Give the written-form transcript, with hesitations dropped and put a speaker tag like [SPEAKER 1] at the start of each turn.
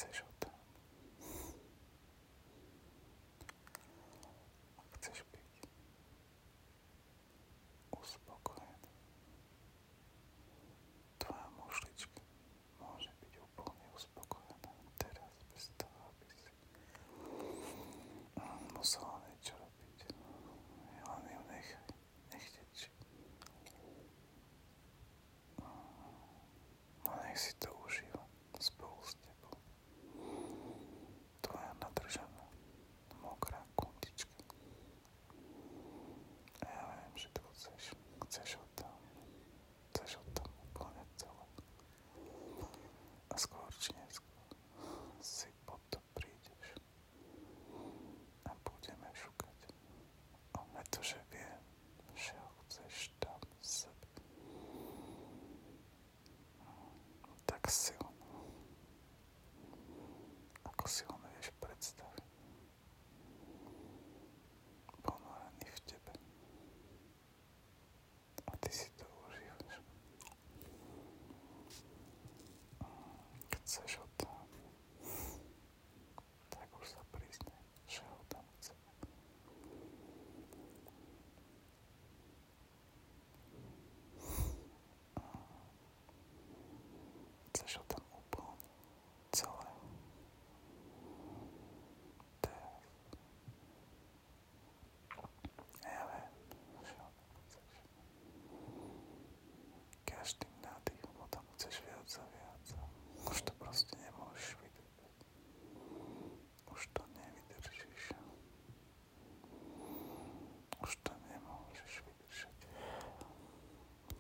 [SPEAKER 1] chceš ho tam. A chceš byť uspokojený. Tvoja mušlička môže byť úplne uspokojená teraz bez toho, aby si musela niečo robiť. Len ju nechaj, nech tečí. A nech si to užíva spolu s tebou. Tvoja nadržaná, mokrá kundička. A ja viem, že to chceš. Chceš ho tam úplne celé. A skôr či neskôr si po to prídeš a budeme šukať. Pretože viem, že ho chceš tam v sebe. Tak silno, ako si ho